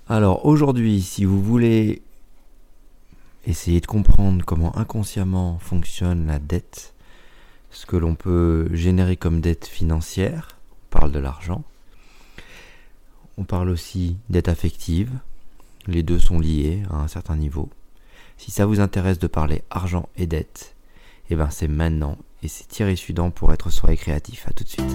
Alors aujourd'hui, si vous voulez essayer de comprendre comment inconsciemment fonctionne la dette, ce que l'on peut générer comme dette financière, on parle de l'argent, on parle aussi dette affective, les deux sont liés à un certain niveau. Si ça vous intéresse de parler argent et dette, eh ben c'est maintenant et c'est Thierry Sudan pour être soi et créatif. À tout de suite.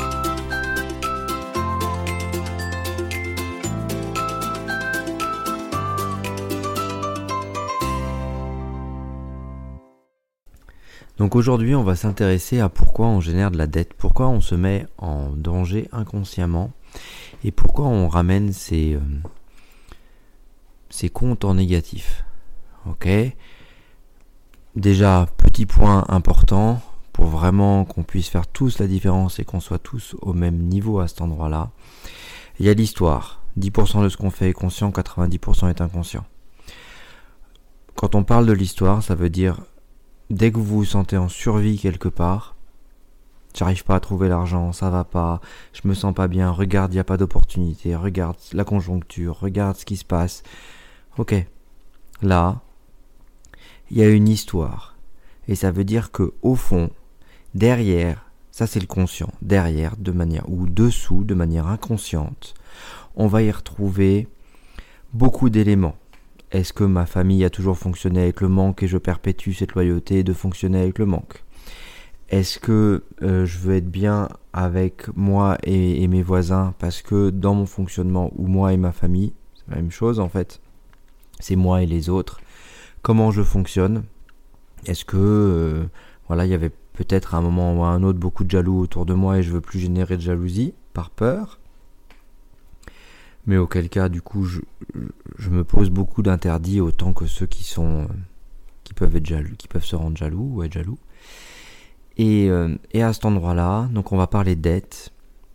Donc aujourd'hui, on va s'intéresser à pourquoi on génère de la dette, pourquoi on se met en danger inconsciemment et pourquoi on ramène ces comptes en négatif. Ok ? Déjà, petit point important, pour vraiment qu'on puisse faire tous la différence et qu'on soit tous au même niveau à cet endroit-là, il y a l'histoire. 10% de ce qu'on fait est conscient, 90% est inconscient. Quand on parle de l'histoire, ça veut dire dès que vous vous sentez en survie quelque part, j'arrive pas à trouver l'argent, ça va pas, je me sens pas bien, regarde, il n'y a pas d'opportunité, regarde la conjoncture, regarde ce qui se passe. Ok, là, il y a une histoire. Et ça veut dire que au fond, derrière, ça c'est le conscient, derrière, de manière, ou dessous, de manière inconsciente, on va y retrouver beaucoup d'éléments. Est-ce que ma famille a toujours fonctionné avec le manque et je perpétue cette loyauté de fonctionner avec le manque ? Est-ce que je veux être bien avec moi et mes voisins parce que dans mon fonctionnement, ou moi et ma famille, c'est la même chose en fait, c'est moi et les autres, comment je fonctionne ? Est-ce que il y avait peut-être à un moment ou à un autre beaucoup de jaloux autour de moi et je veux plus générer de jalousie par peur ? Mais auquel cas, du coup, je me pose beaucoup d'interdits autant que ceux qui peuvent être jaloux, qui peuvent se rendre jaloux ou être jaloux. Et à cet endroit-là, donc on va parler dette.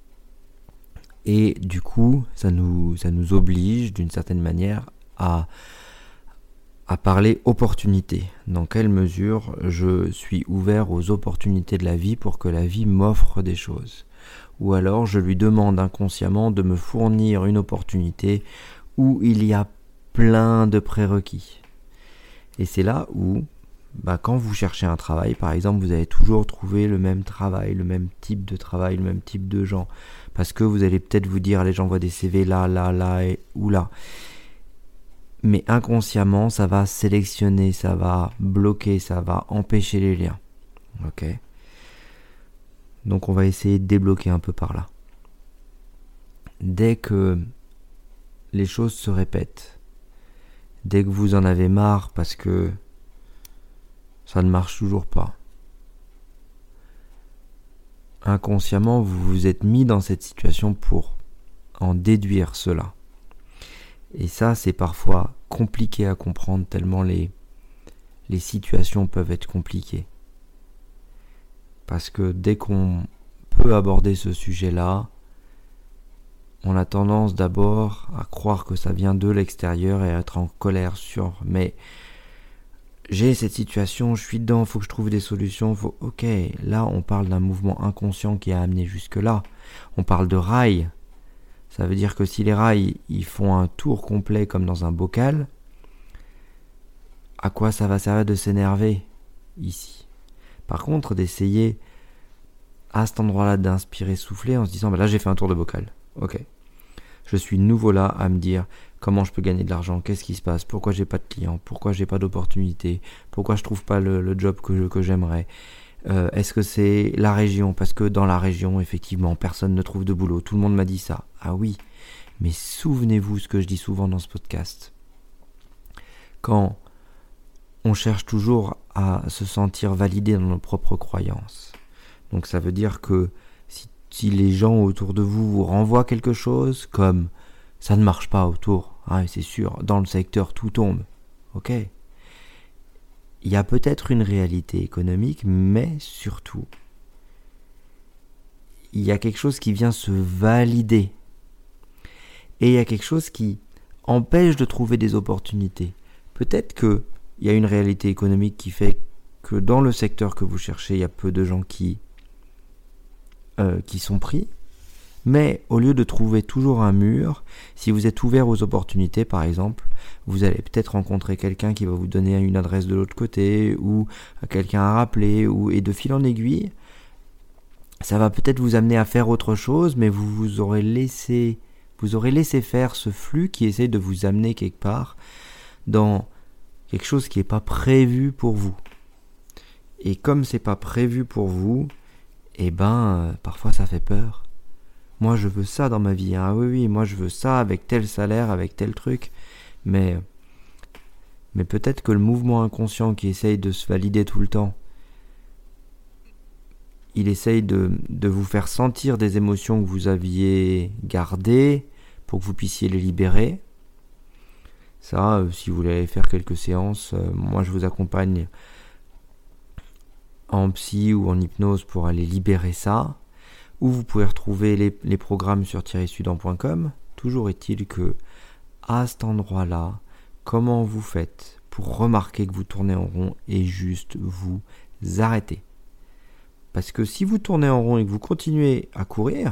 Et du coup, ça nous oblige d'une certaine manière à parler opportunité. Dans quelle mesure je suis ouvert aux opportunités de la vie pour que la vie m'offre des choses. Ou alors je lui demande inconsciemment de me fournir une opportunité où il y a plein de prérequis. Et c'est là où, quand vous cherchez un travail, par exemple, vous allez toujours trouver le même travail, le même type de travail, le même type de gens. Parce que vous allez peut-être vous dire, allez, j'envoie des CV là, ou là. Mais inconsciemment, ça va sélectionner, ça va bloquer, ça va empêcher les liens. Ok ? Donc on va essayer de débloquer un peu par là. Dès que les choses se répètent, dès que vous en avez marre parce que ça ne marche toujours pas, inconsciemment vous vous êtes mis dans cette situation pour en déduire cela. Et ça c'est parfois compliqué à comprendre tellement les situations peuvent être compliquées. Parce que dès qu'on peut aborder ce sujet-là, on a tendance d'abord à croire que ça vient de l'extérieur et à être en colère sur « mais j'ai cette situation, je suis dedans, il faut que je trouve des solutions. » Ok, là on parle d'un mouvement inconscient qui a amené jusque-là. On parle de rails. Ça veut dire que si les rails ils font un tour complet comme dans un bocal, à quoi ça va servir de s'énerver ici ? Par contre, d'essayer à cet endroit-là d'inspirer, souffler en se disant là j'ai fait un tour de bocal. Ok. Je suis nouveau là à me dire comment je peux gagner de l'argent, qu'est-ce qui se passe, pourquoi j'ai pas de clients, pourquoi j'ai pas d'opportunité, pourquoi je trouve pas le job que j'aimerais. Est-ce que c'est la région ? Parce que dans la région, effectivement, personne ne trouve de boulot. Tout le monde m'a dit ça. Ah oui, mais souvenez-vous ce que je dis souvent dans ce podcast. Quand on cherche toujours à se sentir validé dans nos propres croyances. Donc ça veut dire que si les gens autour de vous renvoient quelque chose comme ça ne marche pas autour, c'est sûr, dans le secteur tout tombe, ok. Il y a peut-être une réalité économique, mais surtout, il y a quelque chose qui vient se valider. Et il y a quelque chose qui empêche de trouver des opportunités. Peut-être que il y a une réalité économique qui fait que dans le secteur que vous cherchez, il y a peu de gens qui sont pris. Mais au lieu de trouver toujours un mur, si vous êtes ouvert aux opportunités par exemple, vous allez peut-être rencontrer quelqu'un qui va vous donner une adresse de l'autre côté ou quelqu'un à rappeler et de fil en aiguille, ça va peut-être vous amener à faire autre chose, mais vous aurez laissé faire ce flux qui essaie de vous amener quelque part dans quelque chose qui n'est pas prévu pour vous. Et comme c'est pas prévu pour vous, parfois ça fait peur. Moi je veux ça dans ma vie, hein. Oui, moi je veux ça avec tel salaire, avec tel truc, mais peut-être que le mouvement inconscient qui essaye de se valider tout le temps, il essaye de vous faire sentir des émotions que vous aviez gardées pour que vous puissiez les libérer. Ça, si vous voulez faire quelques séances, moi je vous accompagne en psy ou en hypnose pour aller libérer ça. Ou vous pouvez retrouver les programmes sur thierrysudan.com. Toujours est-il que, à cet endroit-là, comment vous faites pour remarquer que vous tournez en rond et juste vous arrêter? Parce que si vous tournez en rond et que vous continuez à courir,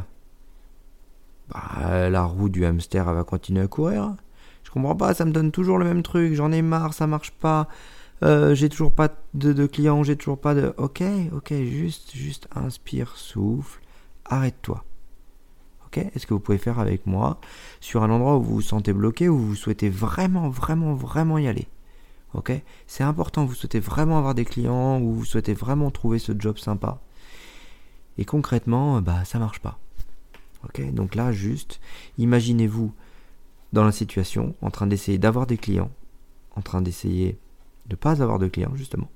la roue du hamster elle va continuer à courir. Je comprends pas, ça me donne toujours le même truc, j'en ai marre, ça marche pas, j'ai toujours pas de clients, j'ai toujours pas de... Ok, juste inspire, souffle, arrête-toi. Ok, est-ce que vous pouvez faire avec moi sur un endroit où vous vous sentez bloqué, où vous souhaitez vraiment y aller? Ok, c'est important, vous souhaitez vraiment avoir des clients, ou vous souhaitez vraiment trouver ce job sympa. Et concrètement, ça marche pas. Ok, donc là, juste, imaginez-vous dans la situation, en train d'essayer d'avoir des clients, en train d'essayer de ne pas avoir de clients, justement.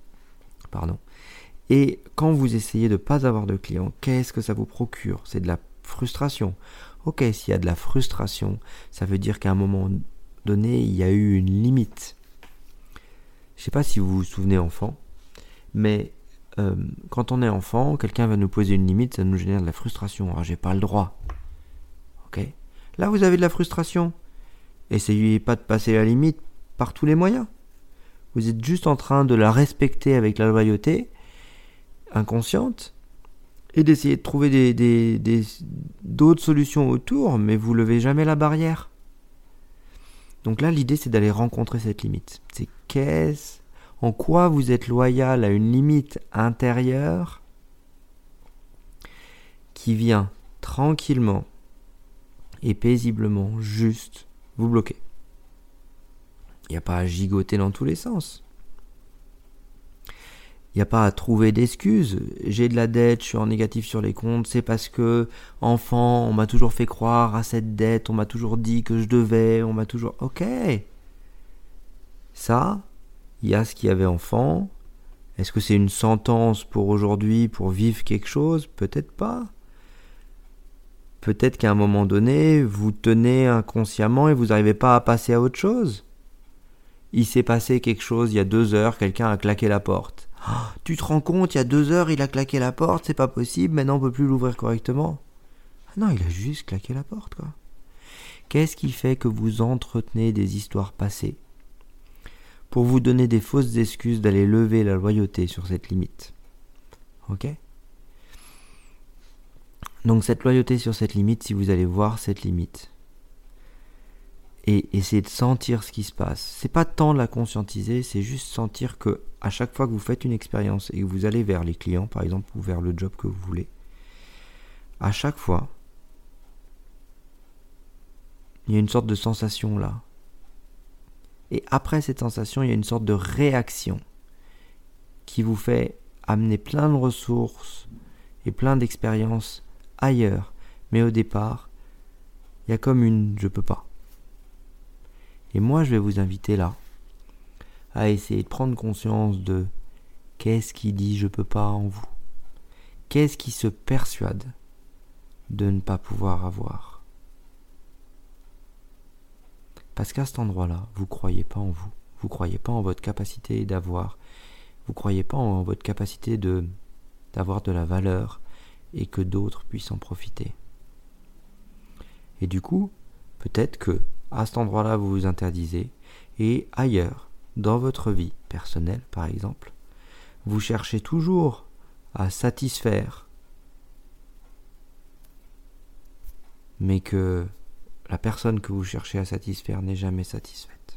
Et quand vous essayez de ne pas avoir de clients, qu'est-ce que ça vous procure? C'est de la frustration. Ok, s'il y a de la frustration, ça veut dire qu'à un moment donné, il y a eu une limite. Je ne sais pas si vous vous souvenez enfant, mais quand on est enfant, quelqu'un va nous poser une limite, ça nous génère de la frustration. Alors, j'ai pas le droit. Ok. Là, vous avez de la frustration. Essayez pas de passer la limite par tous les moyens. Vous êtes juste en train de la respecter avec la loyauté inconsciente et d'essayer de trouver d'autres solutions autour, mais vous levez jamais la barrière. Donc là, l'idée, c'est d'aller rencontrer cette limite. C'est en quoi vous êtes loyal à une limite intérieure qui vient tranquillement et paisiblement juste vous bloquer. Il n'y a pas à gigoter dans tous les sens. Il n'y a pas à trouver d'excuses. J'ai de la dette, je suis en négatif sur les comptes, c'est parce que, enfant, on m'a toujours fait croire à cette dette, on m'a toujours dit que je devais, on m'a toujours... Ok. Ça, il y a ce qu'il y avait enfant. Est-ce que c'est une sentence pour aujourd'hui, pour vivre quelque chose? Peut-être pas. Peut-être qu'à un moment donné, vous tenez inconsciemment et vous n'arrivez pas à passer à autre chose. Il s'est passé quelque chose il y a 2 heures, quelqu'un a claqué la porte. Oh, tu te rends compte, il y a 2 heures, il a claqué la porte, c'est pas possible, maintenant on peut plus l'ouvrir correctement. Ah non, il a juste claqué la porte, quoi. Qu'est-ce qui fait que vous entretenez des histoires passées pour vous donner des fausses excuses d'aller lever la loyauté sur cette limite? Ok? Donc cette loyauté sur cette limite, si vous allez voir cette limite et essayer de sentir ce qui se passe, c'est pas tant de la conscientiser, c'est juste sentir que à chaque fois que vous faites une expérience et que vous allez vers les clients par exemple ou vers le job que vous voulez, à chaque fois il y a une sorte de sensation là. Et après cette sensation, il y a une sorte de réaction qui vous fait amener plein de ressources et plein d'expériences ailleurs. Mais au départ, il y a comme une « je peux pas ». Et moi, je vais vous inviter là à essayer de prendre conscience de qu'est-ce qui dit « je peux pas » en vous. Qu'est-ce qui se persuade de ne pas pouvoir avoir? Parce qu'à cet endroit-là, vous ne croyez pas en vous. Vous ne croyez pas en votre capacité d'avoir. Vous ne croyez pas en votre capacité d'avoir de la valeur et que d'autres puissent en profiter. Et du coup, peut-être que à cet endroit-là, vous vous interdisez et ailleurs, dans votre vie personnelle par exemple, vous cherchez toujours à satisfaire mais que la personne que vous cherchez à satisfaire n'est jamais satisfaite.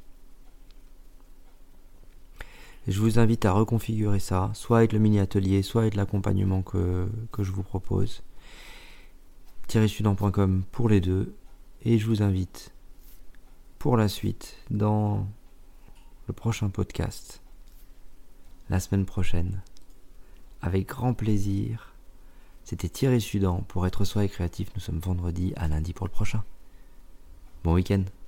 Et je vous invite à reconfigurer ça, soit avec le mini-atelier, soit avec l'accompagnement que je vous propose. thierrysudan.com pour les deux. Et je vous invite pour la suite dans le prochain podcast, la semaine prochaine, avec grand plaisir. C'était Thierry Sudan pour Être Soi et Créatif. Nous sommes vendredi à lundi pour le prochain. Bon week-end.